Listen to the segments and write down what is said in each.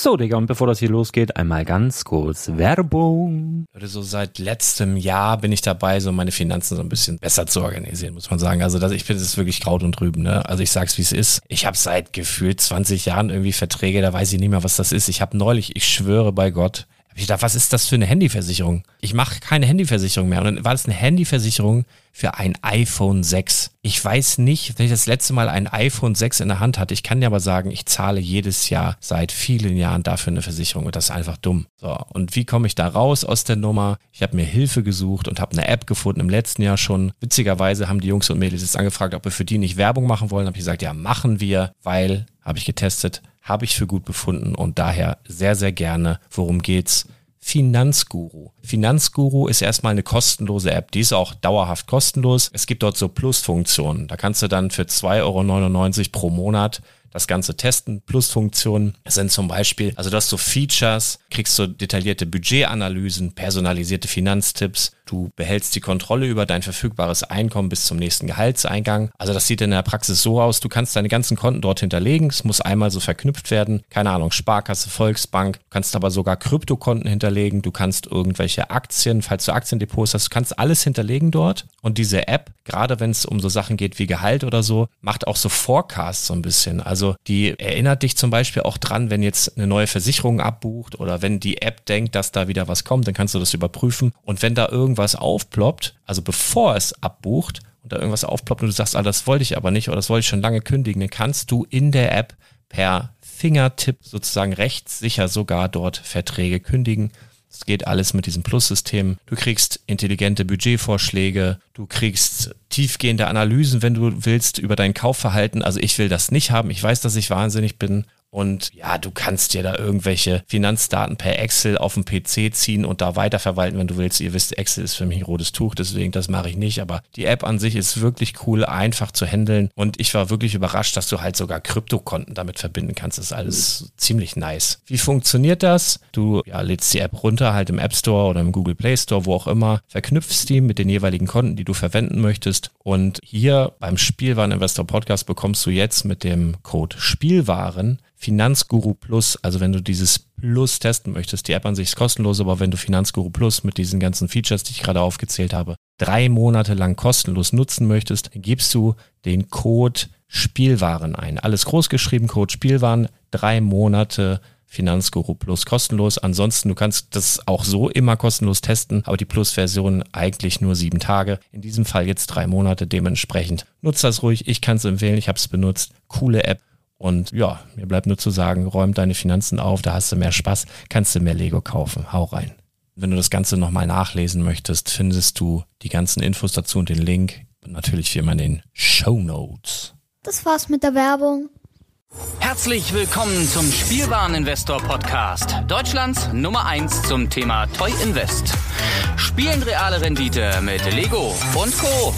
So, Digga, und bevor das hier losgeht, einmal ganz kurz Werbung. So seit letztem Jahr bin ich dabei, so meine Finanzen so ein bisschen besser zu organisieren, muss man sagen. Also ich finde, das ist wirklich Kraut und Rüben, ne? Also ich sag's, wie es ist. Ich habe seit gefühlt 20 Jahren irgendwie Verträge, da weiß ich nicht mehr, was das ist. Ich habe neulich, ich schwöre bei Gott, ich dachte, was ist das für eine Handyversicherung? Ich mache keine Handyversicherung mehr. Und dann war das eine Handyversicherung für ein iPhone 6. Ich weiß nicht, wenn ich das letzte Mal ein iPhone 6 in der Hand hatte. Ich kann dir aber sagen, ich zahle jedes Jahr seit vielen Jahren dafür eine Versicherung. Und das ist einfach dumm. So, und wie komme ich da raus aus der Nummer? Ich habe mir Hilfe gesucht und habe eine App gefunden im letzten Jahr schon. Witzigerweise haben die Jungs und Mädels jetzt angefragt, ob wir für die nicht Werbung machen wollen. Habe ich gesagt, ja, machen wir, weil, habe ich getestet, habe ich für gut befunden und daher sehr, sehr gerne. Worum geht's? Finanzguru. Finanzguru ist erstmal eine kostenlose App. Die ist auch dauerhaft kostenlos. Es gibt dort so Plusfunktionen. Da kannst du dann für 2,99 € pro Monat das Ganze testen. Plusfunktionen sind zum Beispiel, also du hast so Features, kriegst so detaillierte Budgetanalysen, personalisierte Finanztipps, du behältst die Kontrolle über dein verfügbares Einkommen bis zum nächsten Gehaltseingang. Also das sieht in der Praxis so aus, du kannst deine ganzen Konten dort hinterlegen, es muss einmal so verknüpft werden, keine Ahnung, Sparkasse, Volksbank, du kannst aber sogar Kryptokonten hinterlegen, du kannst irgendwelche Aktien, falls du Aktiendepots hast, du kannst alles hinterlegen dort und diese App, gerade wenn es um so Sachen geht wie Gehalt oder so, macht auch so Forecasts so ein bisschen, also die erinnert dich zum Beispiel auch dran, wenn jetzt eine neue Versicherung abbucht oder wenn die App denkt, dass da wieder was kommt, dann kannst du das überprüfen und wenn da irgendwas aufploppt, also bevor es abbucht und da irgendwas aufploppt und du sagst, das wollte ich aber nicht oder das wollte ich schon lange kündigen, dann kannst du in der App per Fingertipp sozusagen rechtssicher sogar dort Verträge kündigen. Das geht alles mit diesem Plus-System. Du kriegst intelligente Budgetvorschläge, du kriegst tiefgehende Analysen, wenn du willst, über dein Kaufverhalten. Also ich will das nicht haben. Ich weiß, dass ich wahnsinnig bin. Und ja, du kannst dir da irgendwelche Finanzdaten per Excel auf dem PC ziehen und da weiterverwalten, wenn du willst. Ihr wisst, Excel ist für mich ein rotes Tuch, deswegen das mache ich nicht. Aber die App an sich ist wirklich cool, einfach zu handeln. Und ich war wirklich überrascht, dass du halt sogar Kryptokonten damit verbinden kannst. Das ist alles ziemlich nice. Wie funktioniert das? Du lädst die App runter, halt im App Store oder im Google Play Store, wo auch immer, verknüpfst die mit den jeweiligen Konten, die du verwenden möchtest. Und hier beim Spielwareninvestor Podcast bekommst du jetzt mit dem Code Spielwaren Finanzguru Plus, also wenn du dieses Plus testen möchtest, die App an sich ist kostenlos, aber wenn du Finanzguru Plus mit diesen ganzen Features, die ich gerade aufgezählt habe, 3 Monate lang kostenlos nutzen möchtest, dann gibst du den Code Spielwaren ein. Alles groß geschrieben, Code Spielwaren, 3 Monate Finanzguru Plus kostenlos. Ansonsten, du kannst das auch so immer kostenlos testen, aber die Plus-Version eigentlich nur 7 Tage. In diesem Fall jetzt 3 Monate, dementsprechend nutzt das ruhig. Ich kann es empfehlen, ich habe es benutzt. Coole App. Und ja, mir bleibt nur zu sagen, räum deine Finanzen auf, da hast du mehr Spaß, kannst du mehr Lego kaufen. Hau rein. Wenn du das Ganze nochmal nachlesen möchtest, findest du die ganzen Infos dazu und den Link. Und natürlich wie immer in den Shownotes. Das war's mit der Werbung. Herzlich willkommen zum Spielwareninvestor Podcast. Deutschlands Nummer 1 zum Thema Toy Invest. Spielen reale Rendite mit Lego und Co.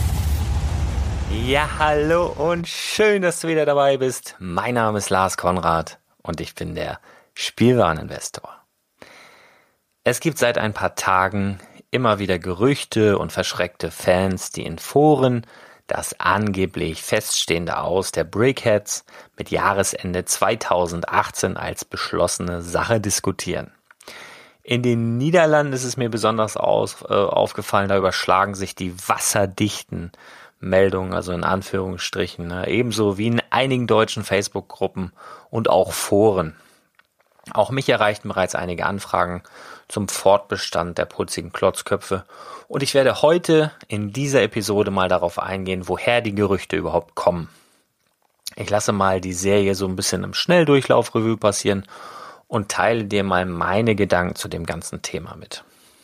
Ja, hallo und schön, dass du wieder dabei bist. Mein Name ist Lars Konrad und ich bin der Spielwareninvestor. Es gibt seit ein paar Tagen immer wieder Gerüchte und verschreckte Fans, die in Foren das angeblich feststehende Aus der Brickheads mit Jahresende 2018 als beschlossene Sache diskutieren. In den Niederlanden ist es mir besonders aufgefallen, da überschlagen sich die wasserdichten Meldungen, also in Anführungsstrichen, ebenso wie in einigen deutschen Facebook-Gruppen und auch Foren. Auch mich erreichten bereits einige Anfragen zum Fortbestand der putzigen Klotzköpfe und ich werde heute in dieser Episode mal darauf eingehen, woher die Gerüchte überhaupt kommen. Ich lasse mal die Serie so ein bisschen im Schnelldurchlauf-Revue passieren und teile dir mal meine Gedanken zu dem ganzen Thema mit.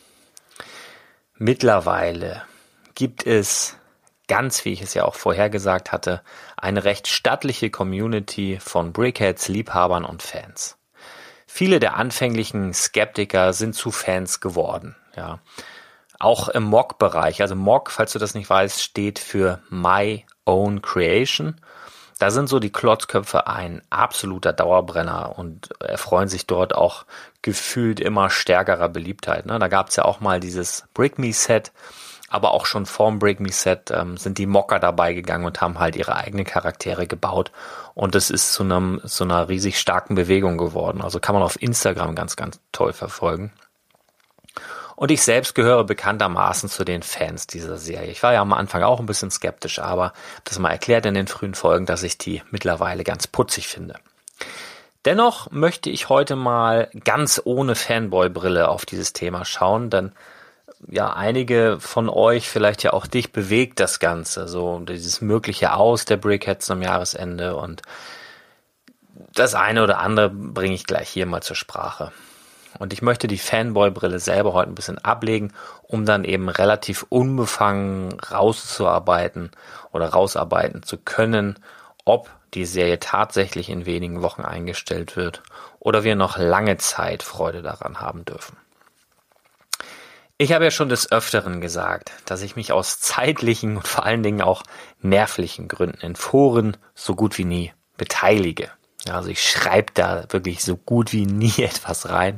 Mittlerweile gibt es, ganz wie ich es ja auch vorhergesagt hatte, eine recht stattliche Community von Brickheads, Liebhabern und Fans. Viele der anfänglichen Skeptiker sind zu Fans geworden. Ja. Auch im MOC-Bereich, also MOC, falls du das nicht weißt, steht für My Own Creation. Da sind so die Klotzköpfe ein absoluter Dauerbrenner und erfreuen sich dort auch gefühlt immer stärkerer Beliebtheit. Da gab es ja auch mal dieses Brick Me Set. aber auch schon vorm Break Me Set sind die Mocker dabei gegangen und haben halt ihre eigenen Charaktere gebaut. Und es ist zu einer riesig starken Bewegung geworden. Also kann man auf Instagram ganz, ganz toll verfolgen. Und ich selbst gehöre bekanntermaßen zu den Fans dieser Serie. Ich war ja am Anfang auch ein bisschen skeptisch, aber das mal erklärt in den frühen Folgen, dass ich die mittlerweile ganz putzig finde. Dennoch möchte ich heute mal ganz ohne Fanboy-Brille auf dieses Thema schauen, denn ja, einige von euch, vielleicht ja auch dich, bewegt das Ganze, so dieses mögliche Aus der Brickheads am Jahresende, und das eine oder andere bringe ich gleich hier mal zur Sprache. Und ich möchte die Fanboy-Brille selber heute ein bisschen ablegen, um dann eben relativ unbefangen rausarbeiten zu können, ob die Serie tatsächlich in wenigen Wochen eingestellt wird oder wir noch lange Zeit Freude daran haben dürfen. Ich habe ja schon des Öfteren gesagt, dass ich mich aus zeitlichen und vor allen Dingen auch nervlichen Gründen in Foren so gut wie nie beteilige. Also ich schreibe da wirklich so gut wie nie etwas rein,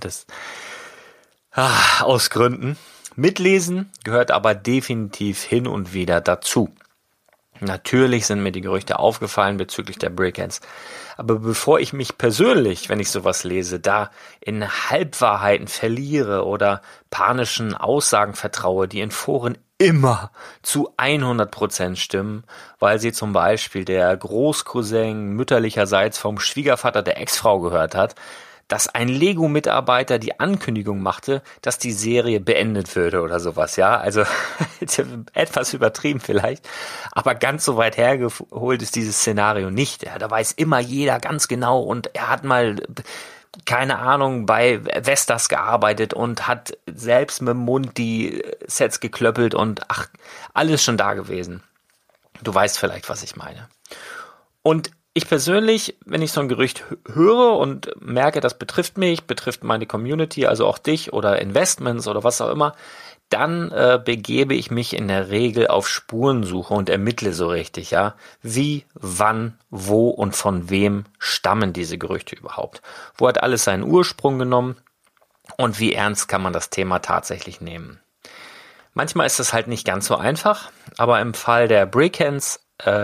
aus Gründen. Mitlesen gehört aber definitiv hin und wieder dazu. Natürlich sind mir die Gerüchte aufgefallen bezüglich der Brickheads, aber bevor ich mich persönlich, wenn ich sowas lese, da in Halbwahrheiten verliere oder panischen Aussagen vertraue, die in Foren immer zu 100% stimmen, weil sie zum Beispiel der Großcousin mütterlicherseits vom Schwiegervater der Ex-Frau gehört hat, dass ein Lego-Mitarbeiter die Ankündigung machte, dass die Serie beendet würde oder sowas, ja, also etwas übertrieben vielleicht, aber ganz so weit hergeholt ist dieses Szenario nicht, ja, da weiß immer jeder ganz genau, und er hat mal, keine Ahnung, bei Vestas gearbeitet und hat selbst mit dem Mund die Sets geklöppelt und alles schon da gewesen. Du weißt vielleicht, was ich meine. Und ich persönlich, wenn ich so ein Gerücht höre und merke, das betrifft mich, betrifft meine Community, also auch dich oder Investments oder was auch immer, dann begebe ich mich in der Regel auf Spurensuche und ermittle so richtig, ja, wie, wann, wo und von wem stammen diese Gerüchte überhaupt? Wo hat alles seinen Ursprung genommen und wie ernst kann man das Thema tatsächlich nehmen? Manchmal ist das halt nicht ganz so einfach, aber im Fall der Brickheads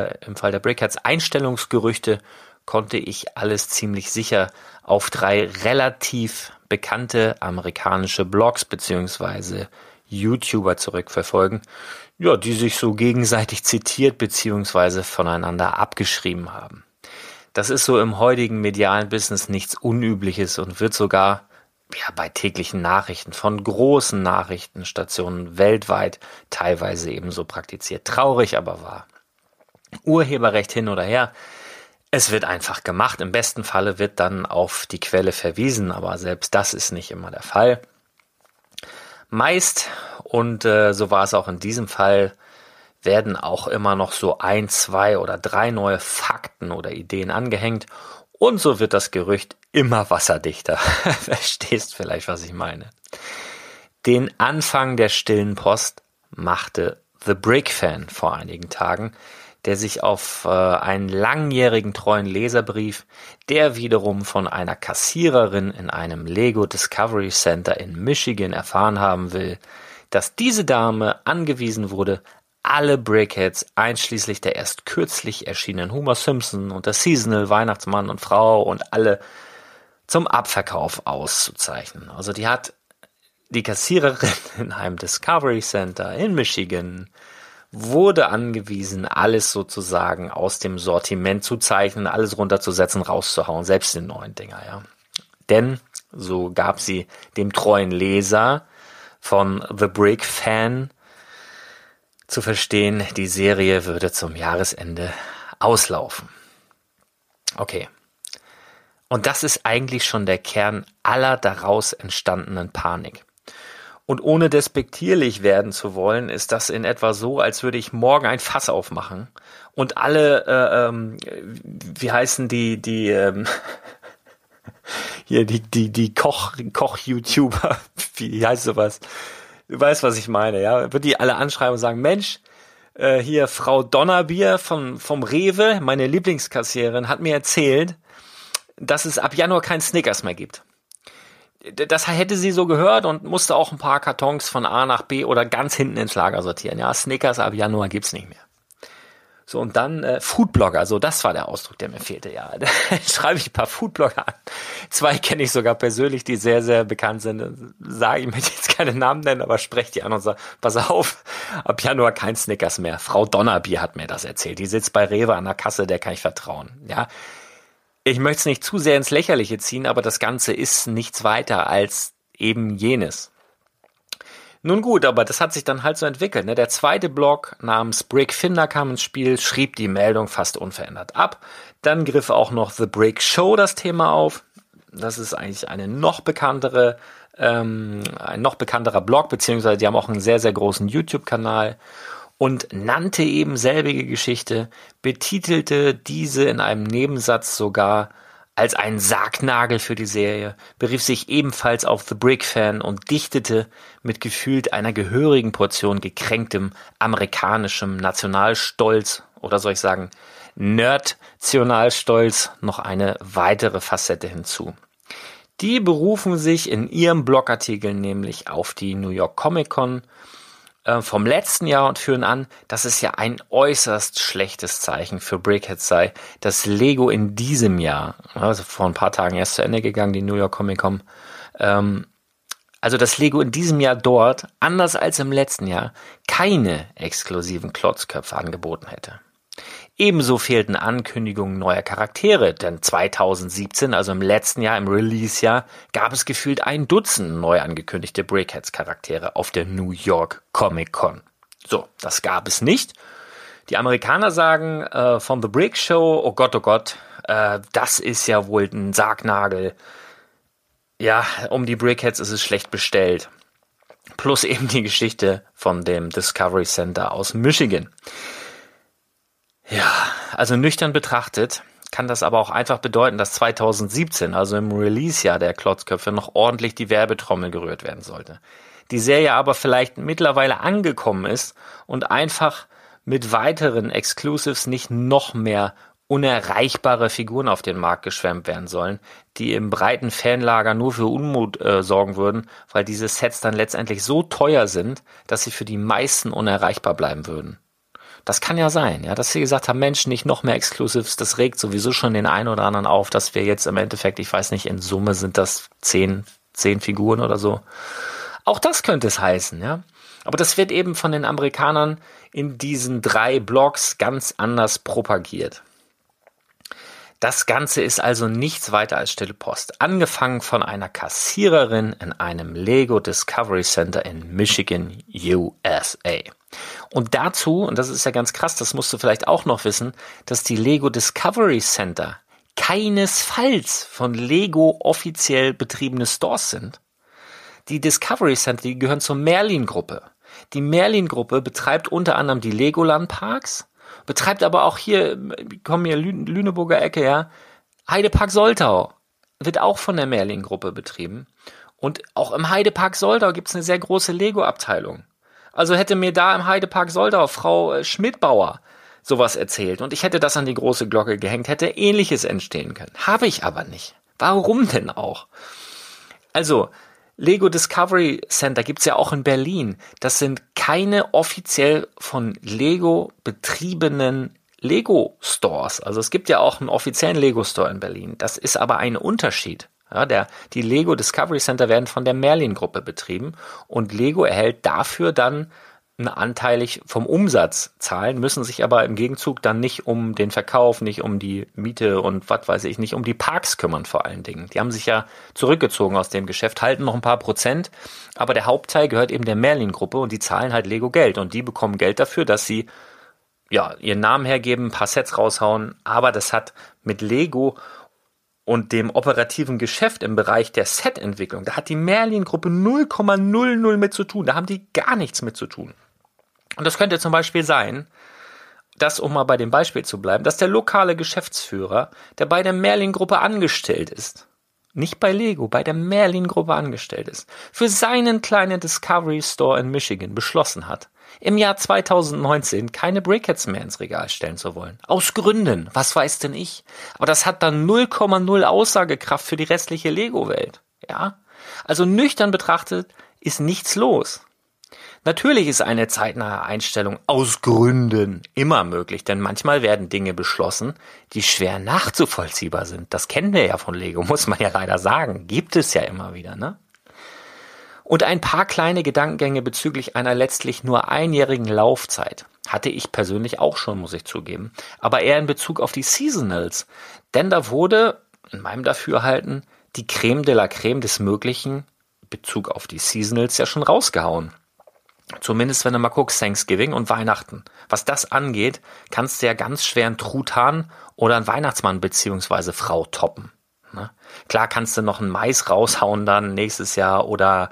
Einstellungsgerüchte konnte ich alles ziemlich sicher auf 3 relativ bekannte amerikanische Blogs bzw. YouTuber zurückverfolgen, ja, die sich so gegenseitig zitiert bzw. voneinander abgeschrieben haben. Das ist so im heutigen medialen Business nichts Unübliches und wird sogar bei täglichen Nachrichten von großen Nachrichtenstationen weltweit teilweise ebenso praktiziert. Traurig, aber wahr. Urheberrecht hin oder her, es wird einfach gemacht. Im besten Falle wird dann auf die Quelle verwiesen, aber selbst das ist nicht immer der Fall. Meist, und so war es auch in diesem Fall, werden auch immer noch so 1, 2 oder 3 neue Fakten oder Ideen angehängt, und so wird das Gerücht immer wasserdichter. Verstehst vielleicht, was ich meine. Den Anfang der stillen Post machte The Brick Fan vor einigen Tagen, der sich auf einen langjährigen treuen Leserbrief, der wiederum von einer Kassiererin in einem Lego Discovery Center in Michigan erfahren haben will, dass diese Dame angewiesen wurde, alle Brickheads einschließlich der erst kürzlich erschienenen Homer Simpson und der Seasonal Weihnachtsmann und Frau und alle zum Abverkauf auszuzeichnen. Also die Kassiererin in einem Discovery Center in Michigan wurde angewiesen, alles sozusagen aus dem Sortiment zu zeichnen, alles runterzusetzen, rauszuhauen, selbst den neuen Dinger, ja. Denn, so gab sie dem treuen Leser von The Brick Fan zu verstehen, die Serie würde zum Jahresende auslaufen. Okay. Und das ist eigentlich schon der Kern aller daraus entstandenen Panik. Und ohne despektierlich werden zu wollen, ist das in etwa so, als würde ich morgen ein Fass aufmachen und alle, wie heißen die Koch-YouTuber, wie heißt sowas? Du weißt, was ich meine, ja? Würde die alle anschreiben und sagen, Mensch, hier Frau Donnerbier vom Rewe, meine Lieblingskassiererin, hat mir erzählt, dass es ab Januar kein Snickers mehr gibt. das hätte sie so gehört und musste auch ein paar Kartons von A nach B oder ganz hinten ins Lager sortieren. Ja, Snickers ab Januar gibt's nicht mehr. So, und dann Foodblogger, so das war der Ausdruck, der mir fehlte. Ja, da schreibe ich ein paar Foodblogger an. 2 kenne ich sogar persönlich, die sehr, sehr bekannt sind. Sage ich, möchte jetzt keine Namen nennen, aber spreche die an und sage, pass auf, ab Januar kein Snickers mehr. Frau Donnerbier hat mir das erzählt. Die sitzt bei Rewe an der Kasse, der kann ich vertrauen. Ja, ich möchte es nicht zu sehr ins Lächerliche ziehen, aber das Ganze ist nichts weiter als eben jenes. Nun gut, aber das hat sich dann halt so entwickelt. Ne? Der zweite Blog namens Brickfinder kam ins Spiel, schrieb die Meldung fast unverändert ab. Dann griff auch noch The Brick Show das Thema auf. Das ist eigentlich ein noch bekannterer Blog, beziehungsweise die haben auch einen sehr, sehr großen YouTube-Kanal und nannte eben selbige Geschichte, betitelte diese in einem Nebensatz sogar als einen Sargnagel für die Serie, berief sich ebenfalls auf The Brick Fan und dichtete mit gefühlt einer gehörigen Portion gekränktem amerikanischem Nationalstolz oder soll ich sagen Nerd-Nationalstolz noch eine weitere Facette hinzu. Die berufen sich in ihrem Blogartikel nämlich auf die New York Comic Con vom letzten Jahr und führen an, dass es ja ein äußerst schlechtes Zeichen für Brickheads sei, dass Lego in diesem Jahr, also vor ein paar Tagen erst zu Ende gegangen, die New York Comic Con, also dass Lego in diesem Jahr dort, anders als im letzten Jahr, keine exklusiven Klotzköpfe angeboten hätte. Ebenso fehlten Ankündigungen neuer Charaktere, denn 2017, also im letzten Jahr, im Release-Jahr, gab es gefühlt 1 Dutzend neu angekündigte Brickheads-Charaktere auf der New York Comic Con. So, das gab es nicht. Die Amerikaner sagen von The Brick Show, oh Gott, das ist ja wohl ein Sargnagel. Ja, um die Brickheads ist es schlecht bestellt. Plus eben die Geschichte von dem Discovery Center aus Michigan. Ja, also nüchtern betrachtet kann das aber auch einfach bedeuten, dass 2017, also im Release-Jahr der Klotzköpfe, noch ordentlich die Werbetrommel gerührt werden sollte. Die Serie aber vielleicht mittlerweile angekommen ist und einfach mit weiteren Exclusives nicht noch mehr unerreichbare Figuren auf den Markt geschwemmt werden sollen, die im breiten Fanlager nur für Unmut sorgen würden, weil diese Sets dann letztendlich so teuer sind, dass sie für die meisten unerreichbar bleiben würden. Das kann ja sein, ja, dass sie gesagt haben, Mensch, nicht noch mehr Exclusives, das regt sowieso schon den einen oder anderen auf, dass wir jetzt im Endeffekt, ich weiß nicht, in Summe sind das 10 Figuren oder so. Auch das könnte es heißen, ja. Aber das wird eben von den Amerikanern in diesen 3 Blogs ganz anders propagiert. Das Ganze ist also nichts weiter als stille Post. Angefangen von einer Kassiererin in einem Lego Discovery Center in Michigan, USA. Und dazu, und das ist ja ganz krass, das musst du vielleicht auch noch wissen, dass die Lego Discovery Center keinesfalls von Lego offiziell betriebene Stores sind. Die Discovery Center, die gehören zur Merlin-Gruppe. Die Merlin-Gruppe betreibt unter anderem die Legoland-Parks, betreibt aber auch hier, kommen hier Lüneburger Ecke, ja, Heidepark Soltau wird auch von der Merlin-Gruppe betrieben. Und auch im Heidepark Soltau gibt es eine sehr große Lego-Abteilung. Also hätte mir da im Heidepark Soltau Frau Schmidbauer sowas erzählt und ich hätte das an die große Glocke gehängt, hätte Ähnliches entstehen können. Habe ich aber nicht. Warum denn auch? Also, Lego Discovery Center gibt's ja auch in Berlin. Das sind keine offiziell von Lego betriebenen Lego Stores. Also es gibt ja auch einen offiziellen Lego Store in Berlin. Das ist aber ein Unterschied. Ja, die Lego Discovery Center werden von der Merlin-Gruppe betrieben und Lego erhält dafür dann anteilig vom Umsatz zahlen, müssen sich aber im Gegenzug dann nicht um den Verkauf, nicht um die Miete und was weiß ich, nicht um die Parks kümmern vor allen Dingen. Die haben sich ja zurückgezogen aus dem Geschäft, halten noch ein paar Prozent, aber der Hauptteil gehört eben der Merlin-Gruppe und die zahlen halt Lego Geld und die bekommen Geld dafür, dass sie ja ihren Namen hergeben, ein paar Sets raushauen, aber das hat mit Lego und dem operativen Geschäft im Bereich der Set-Entwicklung, da hat die Merlin-Gruppe 0,00 mit zu tun. Da haben die gar nichts mit zu tun. Und das könnte zum Beispiel sein, dass, um mal bei dem Beispiel zu bleiben, dass der lokale Geschäftsführer, der bei der Merlin-Gruppe angestellt ist, nicht bei Lego, bei der Merlin-Gruppe angestellt ist, für seinen kleinen Discovery Store in Michigan beschlossen hat, im Jahr 2019 keine Brickheads mehr ins Regal stellen zu wollen. Aus Gründen, was weiß denn ich? Aber das hat dann 0,0 Aussagekraft für die restliche Lego-Welt. Ja? Also nüchtern betrachtet ist nichts los. Natürlich ist eine zeitnahe Einstellung aus Gründen immer möglich, denn manchmal werden Dinge beschlossen, die schwer nachzuvollziehbar sind. Das kennen wir ja von Lego, muss man ja leider sagen. Gibt es ja immer wieder, ne? Und ein paar kleine Gedankengänge bezüglich einer letztlich nur einjährigen Laufzeit hatte ich persönlich auch schon, muss ich zugeben, aber eher in Bezug auf die Seasonals. Denn da wurde, in meinem Dafürhalten, die Creme de la Creme des Möglichen in Bezug auf die Seasonals ja schon rausgehauen. Zumindest wenn du mal guckst, Thanksgiving und Weihnachten. Was das angeht, kannst du ja ganz schwer einen Truthahn oder einen Weihnachtsmann bzw. Frau toppen. Ne? Klar kannst du noch einen Mais raushauen dann nächstes Jahr oder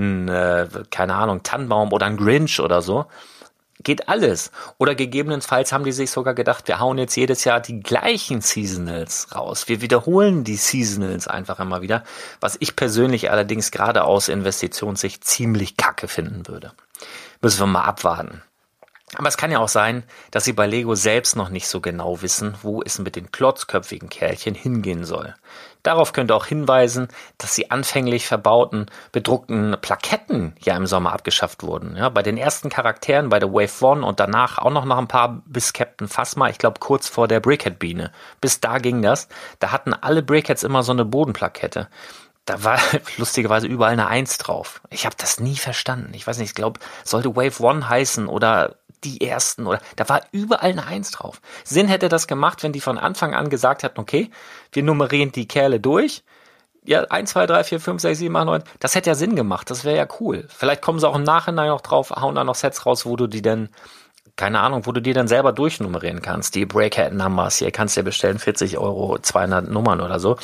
keine Ahnung, Tannenbaum oder einen Grinch oder so. Geht alles. Oder gegebenenfalls haben die sich sogar gedacht, wir hauen jetzt jedes Jahr die gleichen Seasonals raus. Wir wiederholen die Seasonals einfach immer wieder, was ich persönlich allerdings gerade aus Investitionssicht ziemlich kacke finden würde. Müssen wir mal abwarten. Aber es kann ja auch sein, dass sie bei Lego selbst noch nicht so genau wissen, wo es mit den klotzköpfigen Kerlchen hingehen soll. Darauf könnte auch hinweisen, dass die anfänglich verbauten, bedruckten Plaketten ja im Sommer abgeschafft wurden. Ja, bei den ersten Charakteren, bei der Wave 1 und danach auch noch ein paar bis Captain Phasma, ich glaube kurz vor der Brickhead-Biene. Bis da ging das. Da hatten alle Brickheads immer so eine Bodenplakette. Da war lustigerweise überall eine 1 drauf. Ich habe das nie verstanden. Ich weiß nicht, ich glaube, sollte Wave 1 heißen oder die ersten oder da war überall eine 1 drauf. Sinn hätte das gemacht, wenn die von Anfang an gesagt hätten, okay, wir nummerieren die Kerle durch. Ja, 1, 2, 3, 4, 5, 6, 7, 8, 9. Das hätte ja Sinn gemacht. Das wäre ja cool. Vielleicht kommen sie auch im Nachhinein noch drauf, hauen da noch Sets raus, wo du die dann, keine Ahnung, wo du die dann selber durchnummerieren kannst. Die Breakhead Numbers, hier kannst du dir bestellen, 40 €, 200 Nummern oder so.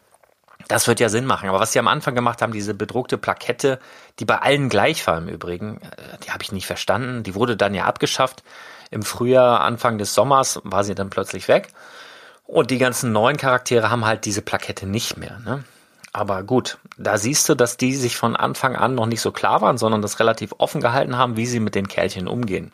Das wird ja Sinn machen. Aber was sie am Anfang gemacht haben, diese bedruckte Plakette, die bei allen gleich war im Übrigen, die habe ich nicht verstanden. Die wurde dann ja abgeschafft. Im Frühjahr, Anfang des Sommers war sie dann plötzlich weg. Und die ganzen neuen Charaktere haben halt diese Plakette nicht mehr, ne? Aber gut, da siehst du, dass die sich von Anfang an noch nicht so klar waren, sondern das relativ offen gehalten haben, wie sie mit den Kerlchen umgehen.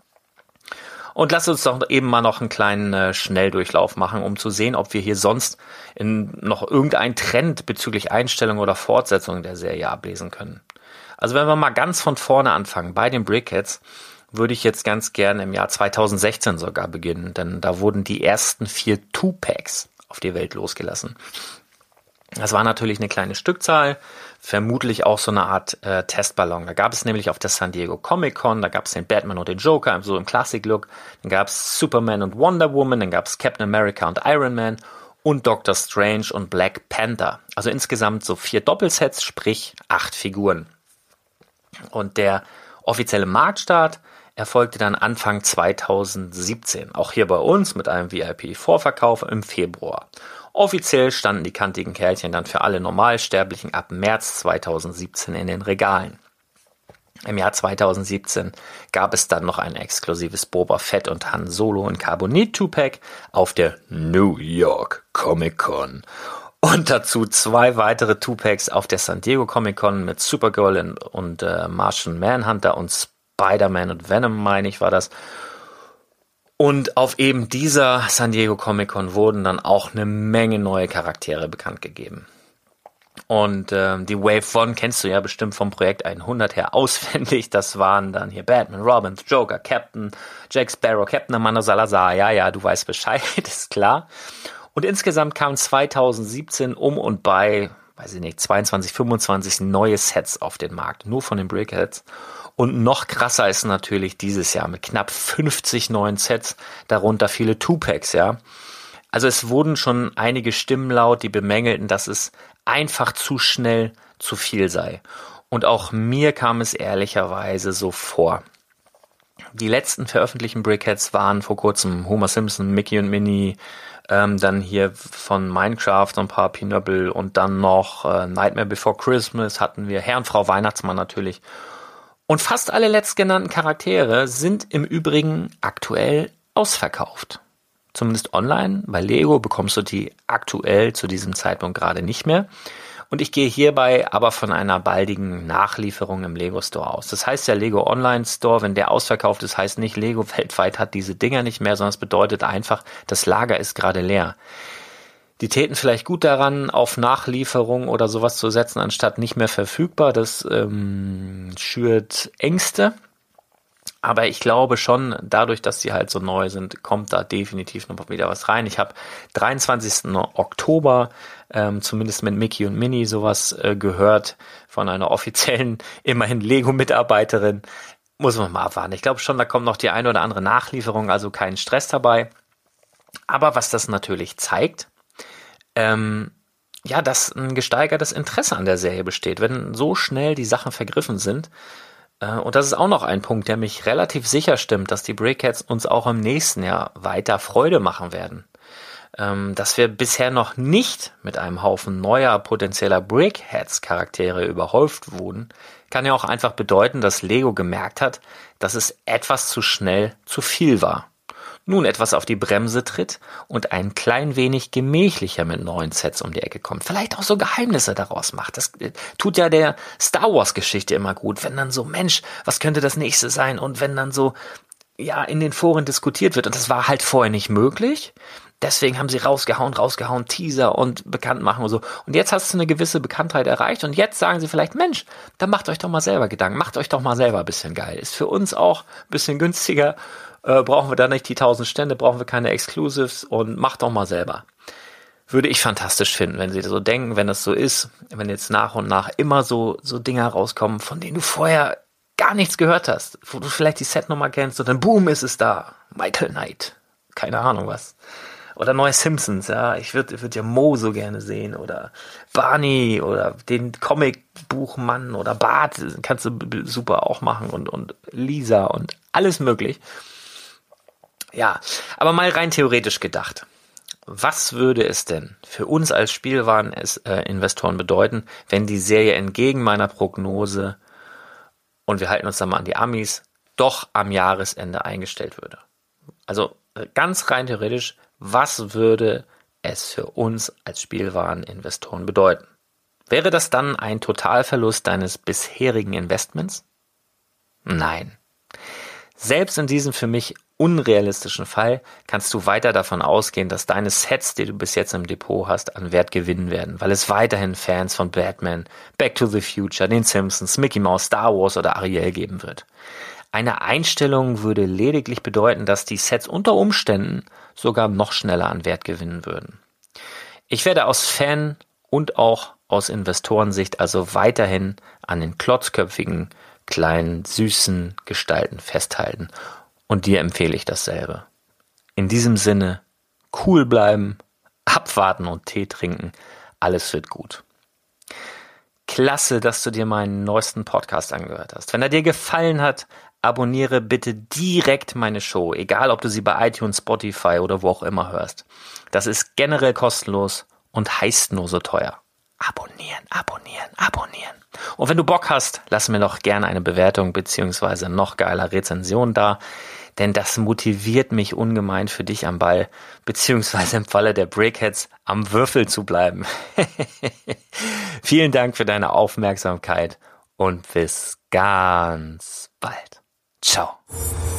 Und lass uns doch eben mal noch einen kleinen Schnelldurchlauf machen, um zu sehen, ob wir hier sonst noch irgendeinen Trend bezüglich Einstellung oder Fortsetzung der Serie ablesen können. Also wenn wir mal ganz von vorne anfangen, bei den Brickheads, würde ich jetzt ganz gerne im Jahr 2016 sogar beginnen, denn da wurden die ersten 4 Two-Packs auf die Welt losgelassen. Das war natürlich eine kleine Stückzahl, vermutlich auch so eine Art Testballon. Da gab es nämlich auf der San Diego Comic-Con, da gab es den Batman und den Joker, so im Classic-Look, dann gab es Superman und Wonder Woman, dann gab es Captain America und Iron Man und Doctor Strange und Black Panther. Also insgesamt so 4 Doppelsets, sprich 8 Figuren. Und der offizielle Marktstart erfolgte dann Anfang 2017, auch hier bei uns mit einem VIP-Vorverkauf im Februar. Offiziell standen die kantigen Kerlchen dann für alle Normalsterblichen ab März 2017 in den Regalen. Im Jahr 2017 gab es dann noch ein exklusives Boba Fett und Han Solo in Carbonit 2-Pack auf der New York Comic Con. Und dazu 2 weitere 2-Packs auf der San Diego Comic Con mit Supergirl und Martian Manhunter und Spider-Man und Venom, meine ich, war das. Und auf eben dieser San Diego Comic Con wurden dann auch eine Menge neue Charaktere bekannt gegeben. Und die Wave 1 kennst du ja bestimmt vom Projekt 100 her auswendig. Das waren dann hier Batman, Robin, Joker, Captain, Jack Sparrow, Captain Amanda Salazar. Ja, du weißt Bescheid, ist klar. Und insgesamt kamen 2017 um und bei, 22, 25 neue Sets auf den Markt. Nur von den Brickheads. Und noch krasser ist natürlich dieses Jahr mit knapp 50 neuen Sets, darunter viele Two-Packs, ja. Also es wurden schon einige Stimmen laut, die bemängelten, dass es einfach zu schnell zu viel sei. Und auch mir kam es ehrlicherweise so vor. Die letzten veröffentlichten Brickheads waren vor kurzem Homer Simpson, Mickey und Minnie, dann hier von Minecraft ein paar Pinöppel und dann noch Nightmare Before Christmas hatten wir, Herr und Frau Weihnachtsmann natürlich. Und fast alle letztgenannten Charaktere sind im Übrigen aktuell ausverkauft. Zumindest online. Bei Lego bekommst du die aktuell zu diesem Zeitpunkt gerade nicht mehr. Und ich gehe hierbei aber von einer baldigen Nachlieferung im Lego Store aus. Das heißt ja Lego Online Store, wenn der ausverkauft ist, heißt nicht Lego weltweit hat diese Dinger nicht mehr, sondern es bedeutet einfach, das Lager ist gerade leer. Die täten vielleicht gut daran, auf Nachlieferung oder sowas zu setzen, anstatt nicht mehr verfügbar. Das schürt Ängste. Aber ich glaube schon, dadurch, dass die halt so neu sind, kommt da definitiv noch wieder was rein. Ich habe 23. Oktober zumindest mit Mickey und Minnie sowas gehört von einer offiziellen, immerhin Lego-Mitarbeiterin. Muss man mal abwarten. Ich glaube schon, da kommt noch die eine oder andere Nachlieferung, also kein Stress dabei. Aber was das natürlich zeigt, dass ein gesteigertes Interesse an der Serie besteht, wenn so schnell die Sachen vergriffen sind. Und das ist auch noch ein Punkt, der mich relativ sicher stimmt, dass die Brickheads uns auch im nächsten Jahr weiter Freude machen werden. Dass wir bisher noch nicht mit einem Haufen neuer potenzieller Brickheads-Charaktere überhäuft wurden, kann ja auch einfach bedeuten, dass Lego gemerkt hat, dass es etwas zu schnell zu viel war. Nun etwas auf die Bremse tritt und ein klein wenig gemächlicher mit neuen Sets um die Ecke kommt. Vielleicht auch so Geheimnisse daraus macht. Das tut ja der Star Wars Geschichte immer gut, wenn dann so, Mensch, was könnte das nächste sein? Und wenn dann so, in den Foren diskutiert wird. Und das war halt vorher nicht möglich. Deswegen haben sie rausgehauen, Teaser und bekannt machen und so. Und jetzt hast du eine gewisse Bekanntheit erreicht und jetzt sagen sie vielleicht, Mensch, dann macht euch doch mal selber Gedanken, macht euch doch mal selber ein bisschen geil. Ist für uns auch ein bisschen günstiger, brauchen wir da nicht die 1000 Stände, brauchen wir keine Exclusives und macht doch mal selber. Würde ich fantastisch finden, wenn sie so denken, wenn das so ist, wenn jetzt nach und nach immer so Dinger rauskommen, von denen du vorher gar nichts gehört hast, wo du vielleicht die Setnummer kennst und dann boom, ist es da. Michael Knight, keine Ahnung was. Oder neue Simpsons, ja. Ich würde ja Mo so gerne sehen. Oder Barney oder den Comicbuchmann oder Bart. Kannst du super auch machen. Und Lisa und alles möglich. Ja, aber mal rein theoretisch gedacht. Was würde es denn für uns als Spielwareninvestoren bedeuten, wenn die Serie entgegen meiner Prognose, und wir halten uns da mal an die Amis, doch am Jahresende eingestellt würde? Also ganz rein theoretisch, was würde es für uns als Spielwareninvestoren bedeuten? Wäre das dann ein Totalverlust deines bisherigen Investments? Nein. Selbst in diesem für mich unrealistischen Fall kannst du weiter davon ausgehen, dass deine Sets, die du bis jetzt im Depot hast, an Wert gewinnen werden, weil es weiterhin Fans von Batman, Back to the Future, den Simpsons, Mickey Mouse, Star Wars oder Ariel geben wird. Eine Einstellung würde lediglich bedeuten, dass die Sets unter Umständen sogar noch schneller an Wert gewinnen würden. Ich werde aus Fan- und auch aus Investorensicht also weiterhin an den klotzköpfigen, kleinen, süßen Gestalten festhalten. Und dir empfehle ich dasselbe. In diesem Sinne, cool bleiben, abwarten und Tee trinken. Alles wird gut. Klasse, dass du dir meinen neuesten Podcast angehört hast. Wenn er dir gefallen hat, abonniere bitte direkt meine Show, egal ob du sie bei iTunes, Spotify oder wo auch immer hörst. Das ist generell kostenlos und heißt nur so teuer. Abonnieren, abonnieren, abonnieren. Und wenn du Bock hast, lass mir doch gerne eine Bewertung bzw. noch geiler Rezension da, denn das motiviert mich ungemein für dich am Ball, beziehungsweise im Falle der Brickheads am Würfel zu bleiben. Vielen Dank für deine Aufmerksamkeit und bis ganz bald. Ciao.